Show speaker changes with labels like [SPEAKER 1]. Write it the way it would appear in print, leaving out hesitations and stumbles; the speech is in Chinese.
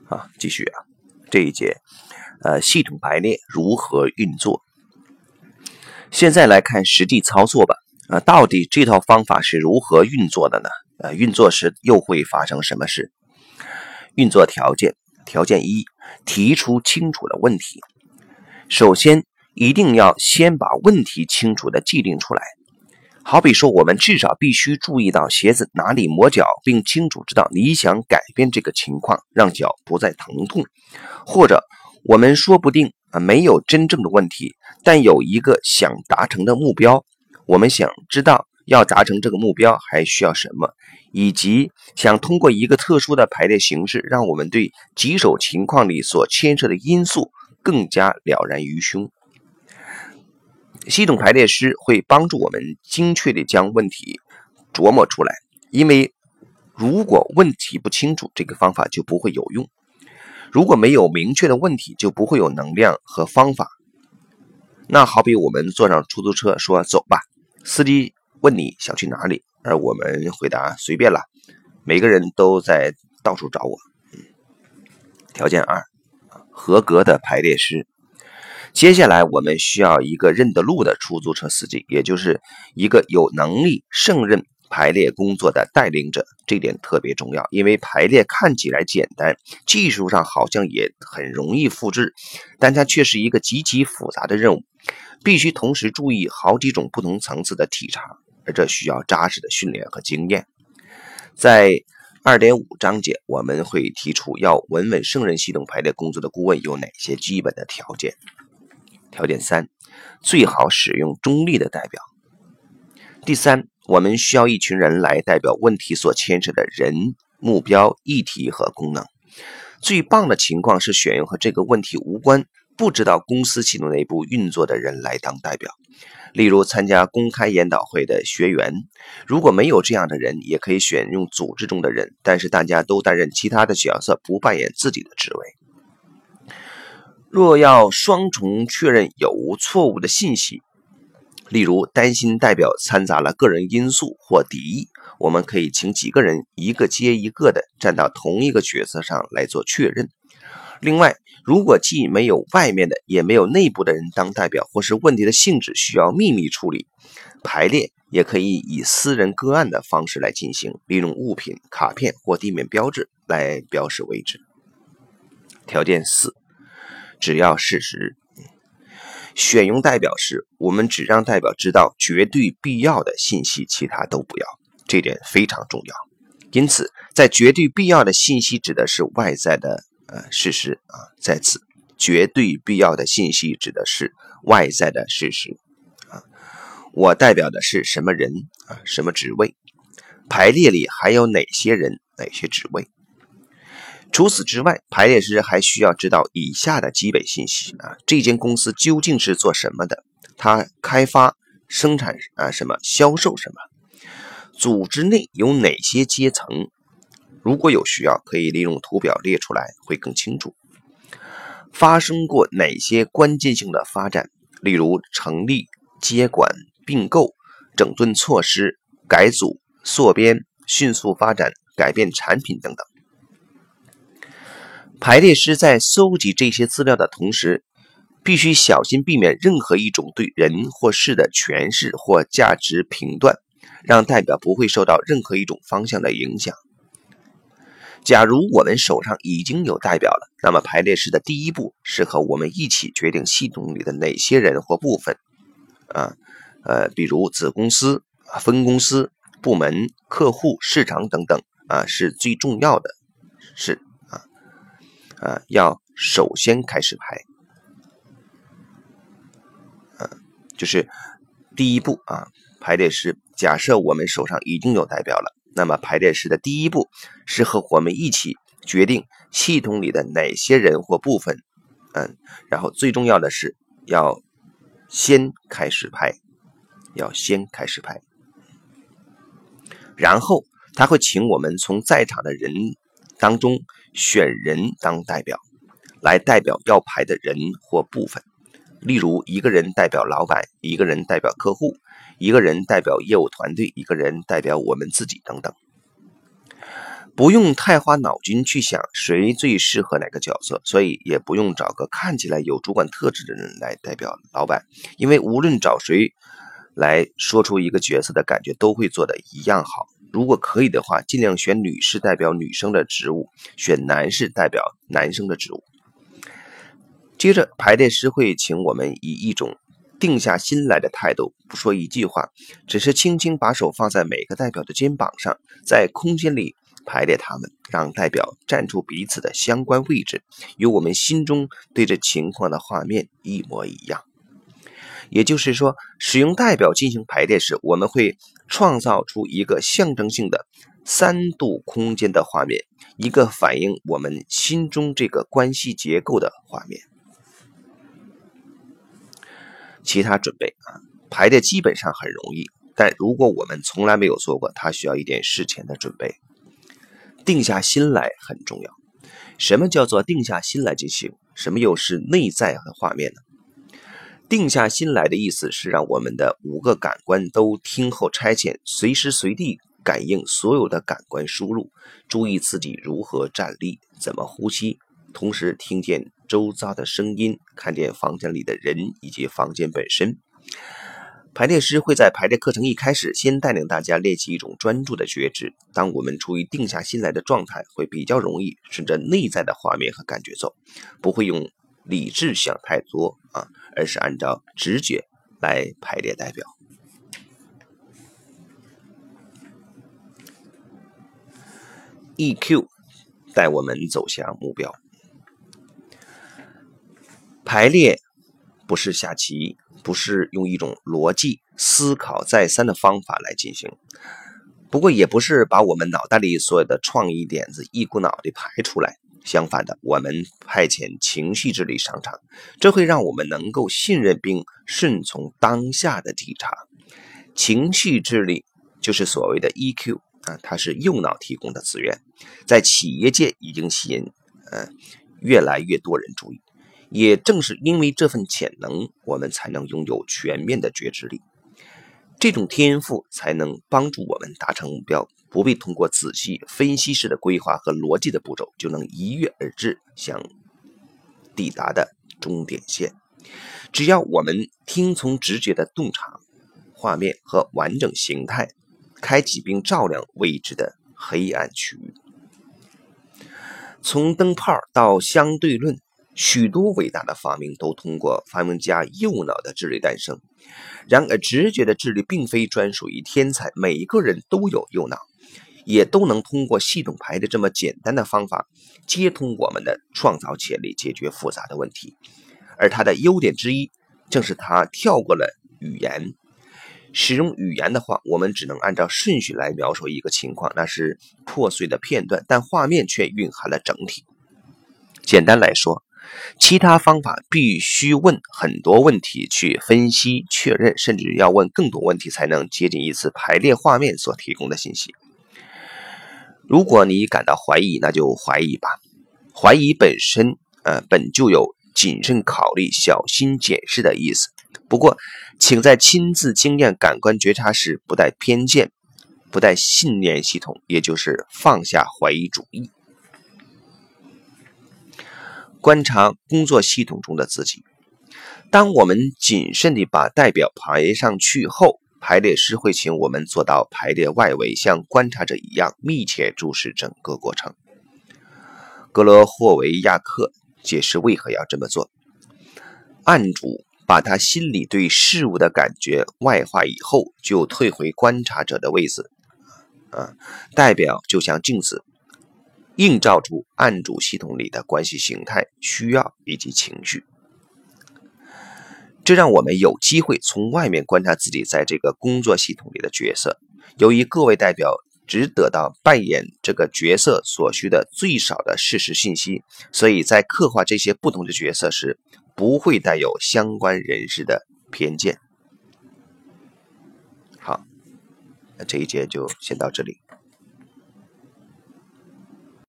[SPEAKER 1] 继续这一节系统排列如何运作。现在来看实际操作吧。到底这套方法是如何运作的呢？运作时又会发生什么事？运作条件一，提出清楚的问题。首先一定要先把问题清楚的界定出来。好比说，我们至少必须注意到鞋子哪里磨脚，并清楚知道你想改变这个情况，让脚不再疼痛。或者我们说不定没有真正的问题，但有一个想达成的目标，我们想知道要达成这个目标还需要什么，以及想通过一个特殊的排列形式，让我们对棘手情况里所牵涉的因素更加了然于胸。系统排列师会帮助我们精确地将问题琢磨出来，因为如果问题不清楚，这个方法就不会有用。如果没有明确的问题，就不会有能量和方法。那好比我们坐上出租车说走吧，司机问你想去哪里，而我们回答随便了，每个人都在到处找我。条件二，合格的排列师。接下来我们需要一个认得路的出租车司机，也就是一个有能力胜任排列工作的带领者。这点特别重要，因为排列看起来简单，技术上好像也很容易复制，但它却是一个极其复杂的任务，必须同时注意好几种不同层次的体察，而这需要扎实的训练和经验。在 2.5 章节我们会提出要稳稳胜任系统排列工作的顾问有哪些基本的条件。条件三，最好使用中立的代表。第三，我们需要一群人来代表问题所牵扯的人、目标、议题和功能。最棒的情况是选用和这个问题无关、不知道公司系统内部运作的人来当代表。例如参加公开研讨会的学员，如果没有这样的人，也可以选用组织中的人，但是大家都担任其他的角色，不扮演自己的职位。若要双重确认有无错误的信息，例如担心代表掺杂了个人因素或敌意，我们可以请几个人一个接一个的站到同一个角色上来做确认。另外，如果既没有外面的也没有内部的人当代表，或是问题的性质需要秘密处理，排列也可以以私人个案的方式来进行，利用物品、卡片或地面标志来标示位置。条件四，只要事实。选用代表时，我们只让代表知道绝对必要的信息，其他都不要，这点非常重要。因此，在绝对必要的信息指的是外在的事实在此，绝对必要的信息指的是外在的事实我代表的是什么人什么职位，排列里还有哪些人哪些职位。除此之外，排列师还需要知道以下的基本信息这间公司究竟是做什么的，它开发生产什么，销售什么，组织内有哪些阶层，如果有需要可以利用图表列出来会更清楚。发生过哪些关键性的发展，例如成立、接管、并购、整顿措施、改组、缩编、迅速发展、改变产品等等。排列师在搜集这些资料的同时，必须小心避免任何一种对人或事的诠释或价值评断，让代表不会受到任何一种方向的影响。假如我们手上已经有代表了，那么排列师的第一步是和我们一起决定系统里的哪些人或部分比如子公司、分公司、部门、客户、市场等等是最重要的事要首先开始排就是第一步排列师假设我们手上已经有代表了，那么排列师的第一步是和我们一起决定系统里的哪些人或部分然后最重要的是要先开始排然后他会请我们从在场的人当中选人当代表，来代表要排的人或部分。例如一个人代表老板，一个人代表客户，一个人代表业务团队，一个人代表我们自己等等。 不用太花脑筋去想谁最适合哪个角色，所以也不用找个看起来有主管特质的人来代表老板，因为无论找谁来说出一个角色的感觉都会做得一样好。如果可以的话，尽量选女士代表女生的职务，选男士代表男生的职务。接着排列师会请我们以一种定下心来的态度，不说一句话，只是轻轻把手放在每个代表的肩膀上，在空间里排列他们，让代表站出彼此的相关位置，与我们心中对着情况的画面一模一样。也就是说，使用代表进行排列时，我们会创造出一个象征性的3度空间的画面，一个反映我们心中这个关系结构的画面。其他准备排列基本上很容易，但如果我们从来没有做过，它需要一点事前的准备。定下心来很重要。什么叫做定下心来进行？什么又是内在的画面呢？定下心来的意思是让我们的5个感官都听候差遣，随时随地感应所有的感官输入，注意自己如何站立，怎么呼吸，同时听见周遭的声音，看见房间里的人以及房间本身。排列师会在排列课程一开始先带领大家练习一种专注的觉知。当我们处于定下心来的状态，会比较容易顺着内在的画面和感觉走，不会用理智想太多而是按照直觉来排列代表。EQ 带我们走向目标。排列不是下棋，不是用一种逻辑思考再三的方法来进行，不过也不是把我们脑袋里所有的创意点子一股脑地排出来。相反的，我们派遣情绪智力上场，这会让我们能够信任并顺从当下的体察。情绪智力就是所谓的 EQ它是右脑提供的资源，在企业界已经吸引越来越多人注意。也正是因为这份潜能，我们才能拥有全面的觉知力。这种天赋才能帮助我们达成目标，不必通过仔细分析式的规划和逻辑的步骤，就能一跃而至向抵达的终点线。只要我们听从直觉的洞察画面和完整形态，开启并照亮未知的黑暗区域。从灯泡到相对论，许多伟大的发明都通过发明家右脑的智力诞生。然而直觉的智力并非专属于天才，每一个人都有右脑，也都能通过系统排的这么简单的方法接通我们的创造潜力，解决复杂的问题。而它的优点之一正是它跳过了语言。使用语言的话，我们只能按照顺序来描述一个情况，那是破碎的片段，但画面却蕴含了整体。简单来说，其他方法必须问很多问题去分析确认，甚至要问更多问题才能接近一次排列画面所提供的信息。如果你感到怀疑，那就怀疑吧。怀疑本身本就有谨慎考虑、小心检视的意思。不过请在亲自经验感官觉察时不带偏见，不带信念系统，也就是放下怀疑主义。观察工作系统中的自己。当我们谨慎地把代表排上去后，排列师会请我们做到排列外围，像观察者一样密切注视整个过程。格罗霍维亚克解释为何要这么做。案主把他心里对事物的感觉外化以后，就退回观察者的位置。代表就像镜子，映照出案主系统里的关系形态、需要以及情绪。这让我们有机会从外面观察自己在这个工作系统里的角色。由于各位代表只得到扮演这个角色所需的最少的事实信息，所以在刻画这些不同的角色时，不会带有相关人士的偏见。好，那这一节就先到这里。